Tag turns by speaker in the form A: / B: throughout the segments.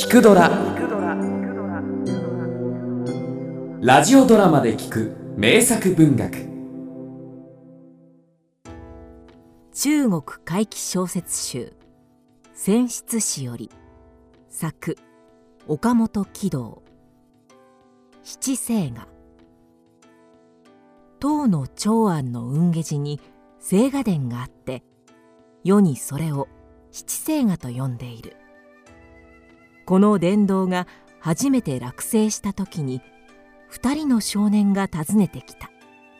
A: 聞くドラ」ラジオドラマで聞く名作文学。
B: 中国怪奇小説集泉質詩より作岡本喜道。七星画。唐の長安の雲下寺に青画殿があって、世にそれを七星画と呼んでいる。この殿堂が初めて落成した時に、2人の少年が訪ねてきた。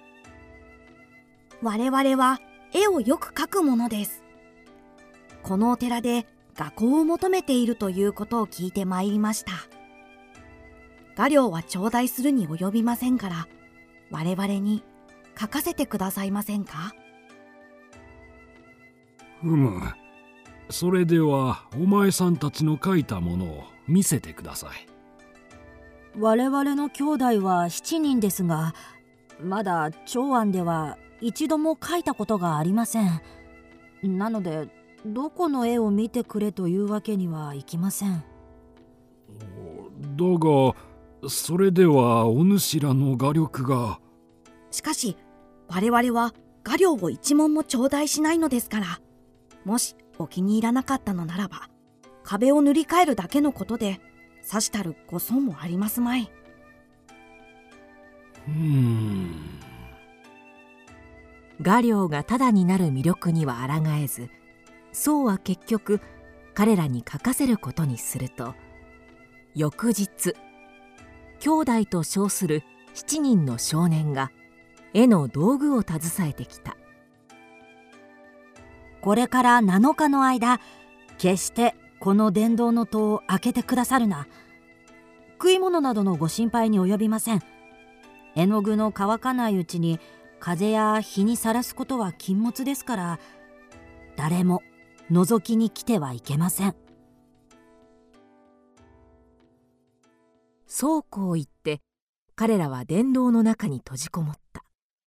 C: 我々は絵をよく描くものです。このお寺で画工を求めているということを聞いてまいりました。画料は頂戴するに及びませんから、我々に描かせてくださいませんか？
D: それではお前さんたちの描いたものを見せてください。
E: 我々の兄弟は7人ですが、まだ長安では一度も描いたことがありません。なのでどこの絵を見てくれというわけにはいきません。
D: だがそれではお主らの画力が。
C: しかし我々は画料を一文も頂戴しないのですから、もしお気に入らなかったのならば、壁を塗り替えるだけのことでさしたるご損もありますまい。
B: 画料がタダになる魅力には抗えず、宋は結局彼らに描かせることにすると、翌日兄弟と称する7人の少年が絵の道具を携えてきた。
E: これから7日の間、決してこの殿堂の戸を開けてくださるな。食い物などのご心配に及びません。絵の具の乾かないうちに風や日にさらすことは禁物ですから、誰も覗きに来てはいけません。
B: そうこう言って彼らは殿堂の中に閉じこもった。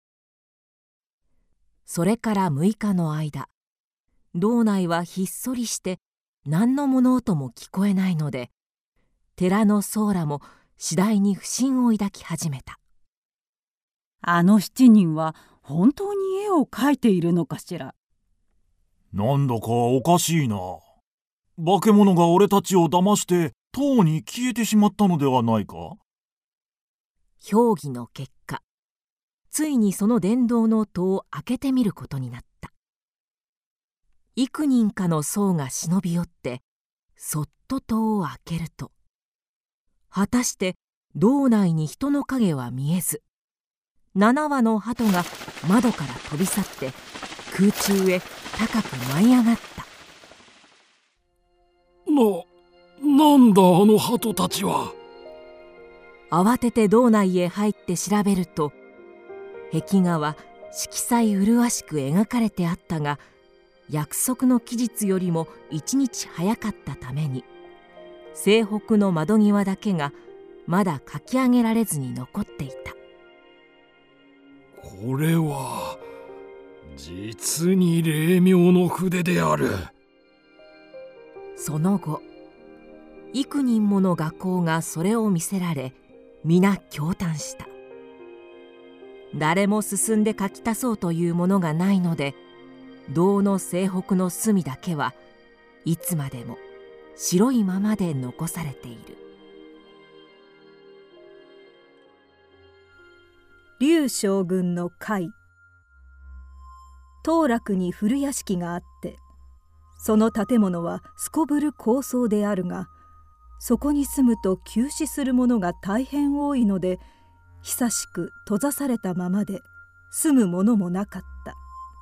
B: それから6日の間、堂内はひっそりして何の物音も聞こえないので、寺の僧らも次第に不審を抱き始めた。
F: あの7人は本当に絵を描いているのかしら。
G: なんだかおかしいな。化け物が俺たちを騙して塔に消えてしまったのではないか。
B: 評議の結果、ついにその殿堂の戸を開けてみることになった。幾人かの僧が忍び寄ってそっと戸を開けると、果たして堂内に人の影は見えず、7羽の鳩が窓から飛び去って空中へ高く舞い上がった。
D: なんだあの鳩たちは。
B: 慌てて堂内へ入って調べると、壁画は色彩麗しく描かれてあったが、約束の期日よりも1日早かったために、西北の窓際だけがまだ描き上げられずに残っていた。
D: これは実に霊妙の筆である。
B: その後、幾人もの画工がそれを見せられ、皆驚嘆した。誰も進んで描き足そうというものがないので、堂の西北の隅だけはいつまでも白いままで残されている。
H: 劉将軍の会。当落に古屋敷があって、その建物はすこぶる高層であるが、そこに住むと急死する者が大変多いので、久しく閉ざされたままで住む者もなかった。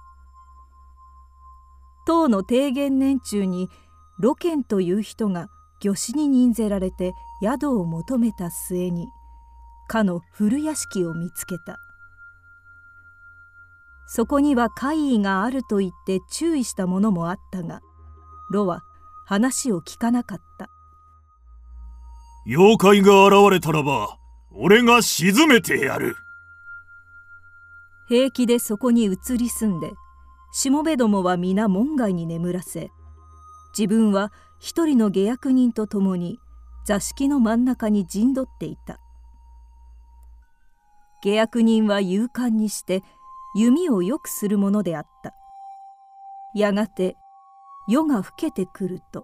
H: 唐の帝元年中に露見という人が御師に任ぜられて宿を求めた末に、かの古屋敷を見つけた。そこには怪異があると言って注意したものもあったが、露は話を聞かなかった。
G: 妖怪が現れたらば俺が沈めてやる。
H: 平気でそこに移り住んで、しもべどもは皆門外に眠らせ、自分は一人の下役人と共に座敷の真ん中に陣取っていた。下役人は勇敢にして弓をよくするものであった。やがて夜が更けてくると、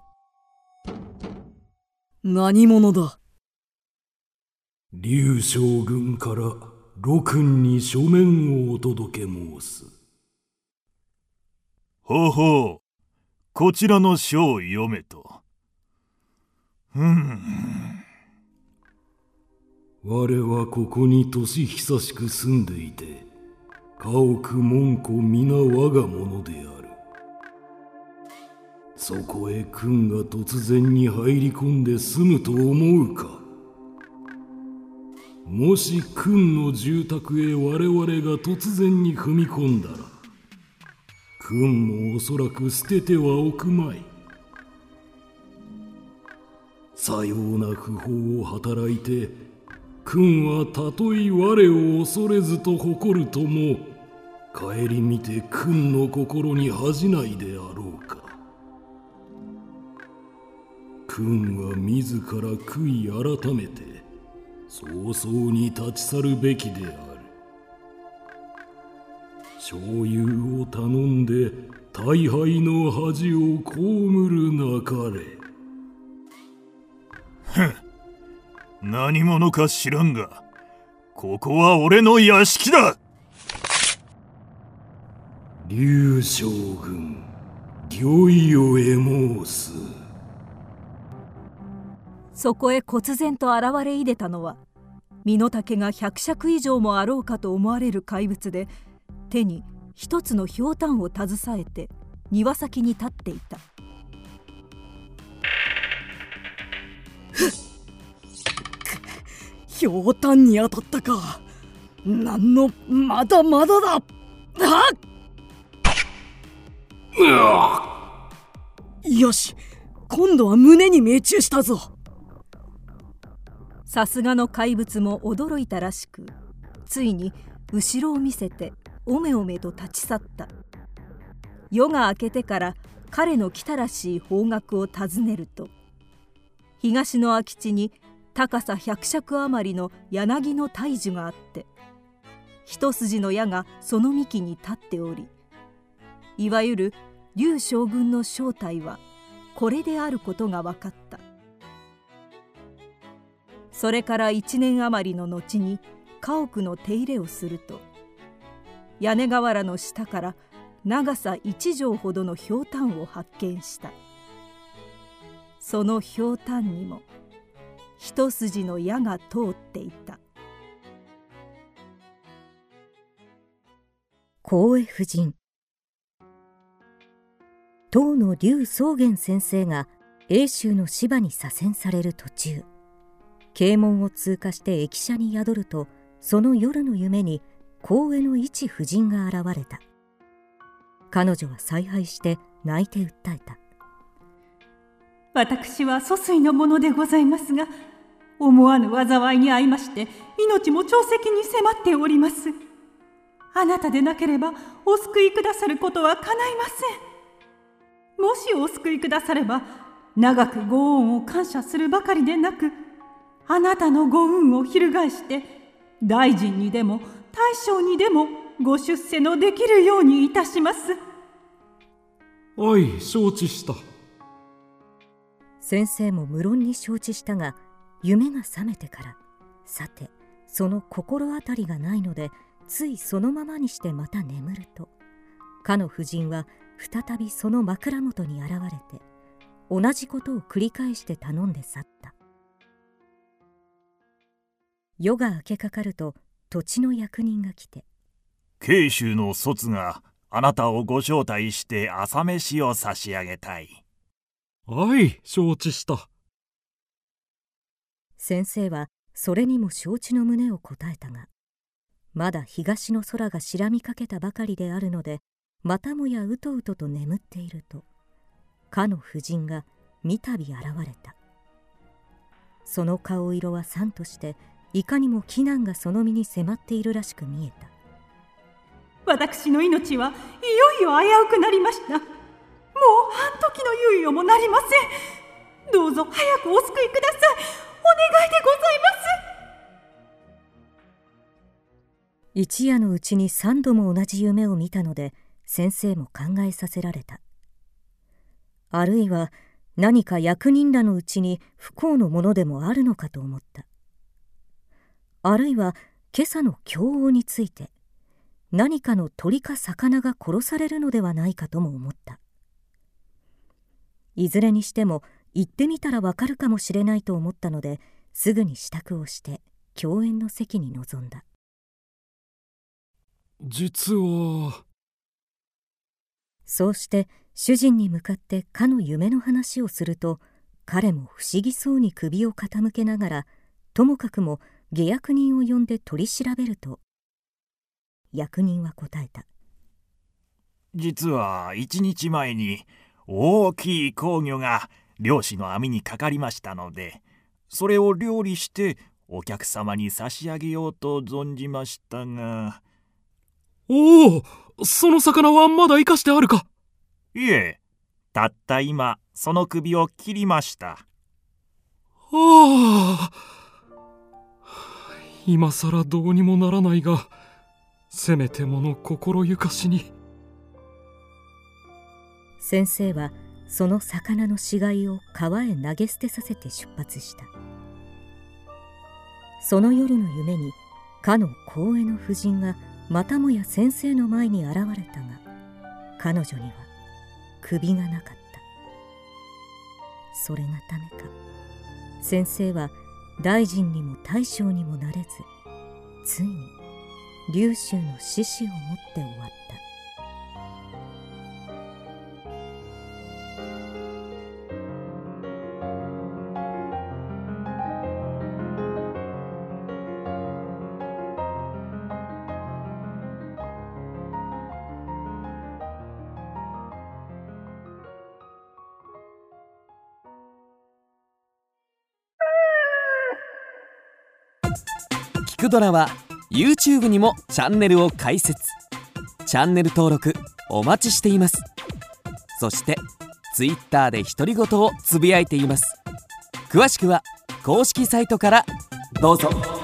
I: 何者だ。
D: 劉将軍から盧君に書面をお届け申す。
G: ほうほう、こちらの書を読めと。
D: 我はここに年久しく住んでいて、家屋門戸皆我が物である。そこへ君が突然に入り込んで住むと思うか。もし君の住宅へ我々が突然に踏み込んだら、君もおそらく捨ててはおくまい。さような不法を働いて、君はたとえ我を恐れずと誇るとも、顧みて君の心に恥じないであろうか。君は自ら悔い改めて、早々に立ち去るべきである。醤油を頼んで大敗の恥を被るなかれ。
G: 何者か知らんが、ここは俺の屋敷だ。
D: 劉将軍、御意を得申す。
H: そこへ忽然と現れいでたのは、身の丈が100尺以上もあろうかと思われる怪物で、手に一つのひょうたんを携えて庭先に立っていた。
I: ひょうたんに当たったか。なんのまだまだだ。よし、今度は胸に命中したぞ。
H: さすがの怪物も驚いたらしく、ついに後ろを見せておめおめと立ち去った。夜が明けてから彼の来たらしい方角を尋ねると、東の空き地に高さ100尺余りの柳の大樹があって、一筋の矢がその幹に立っており、いわゆる劉将軍の正体はこれであることが分かった。それから1年余りの後に家屋の手入れをすると、屋根瓦の下から長さ1畳ほどのひょうたんを発見した。そのひょうたんにも一筋の矢が通っていた。
B: 光栄夫人。当の劉宗元先生が英州の芝に左遷される途中、京門を通過して駅舎に宿ると、その夜の夢に光栄の一夫人が現れた。彼女は采配して泣いて訴えた。
F: 私は疎水の者でございますが、思わぬ災いに遭いまして命も朝夕に迫っております。あなたでなければお救いくださることは叶いません。もしお救いくだされば、長くご恩を感謝するばかりでなく、あなたのご運を翻して大臣にでも大将にでもご出世のできるようにいたします。
D: おい、承知した。
B: 先生も無論に承知したが、夢が覚めてから、さてその心当たりがないので、ついそのままにしてまた眠ると、かの夫人は再びその枕元に現れて、同じことを繰り返して頼んで去った。夜が明けかかると、土地の役人が来て、
G: 慶州の卒があなたをご招待して朝飯を差し上げたい。
D: はい、承知した。
B: 先生はそれにも承知の旨を答えたが、まだ東の空が白みかけたばかりであるので、またもやうとうとと眠っていると、かの夫人が三度現れた。その顔色は惨として、いかにも危難がその身に迫っているらしく見えた。
F: 私の命はいよいよ危うくなりました。もう半時の猶予もなりません。 どうぞ早くお救いください。お願いでございます。
B: 一夜のうちに3度も同じ夢を見たので、先生も考えさせられた。あるいは何か役人らのうちに不幸のものでもあるのかと思った。あるいは今朝の凶王について何かの鳥か魚が殺されるのではないかとも思った。いずれにしても行ってみたらわかるかもしれないと思ったので、すぐに支度をして教演の席に臨んだ。
D: 実は。
B: そうして主人に向かってかの夢の話をすると、彼も不思議そうに首を傾けながら、ともかくも下役人を呼んで取り調べると、役人は答えた。
G: 実は1日前に大きい公魚が漁師の網にかかりましたので、それを料理してお客様に差し上げようと存じましたが。
D: おお、その魚はまだ生かしてあるか？
G: いえ、たった今その首を切りました。
D: ああ、今さらどうにもならないが、せめてもの心ゆかしに。
B: 先生はその魚の死骸を川へ投げ捨てさせて出発した。その夜の夢にかの光栄の婦人がまたもや先生の前に現れたが、彼女には首がなかった。それがためか、先生は大臣にも大将にもなれず、ついに龍舟の獅子をもって終わった。
A: 聞くドラは YouTube にもチャンネルを開設。チャンネル登録お待ちしています。そして Twitter で独り言をつぶやいています。詳しくは公式サイトからどうぞ。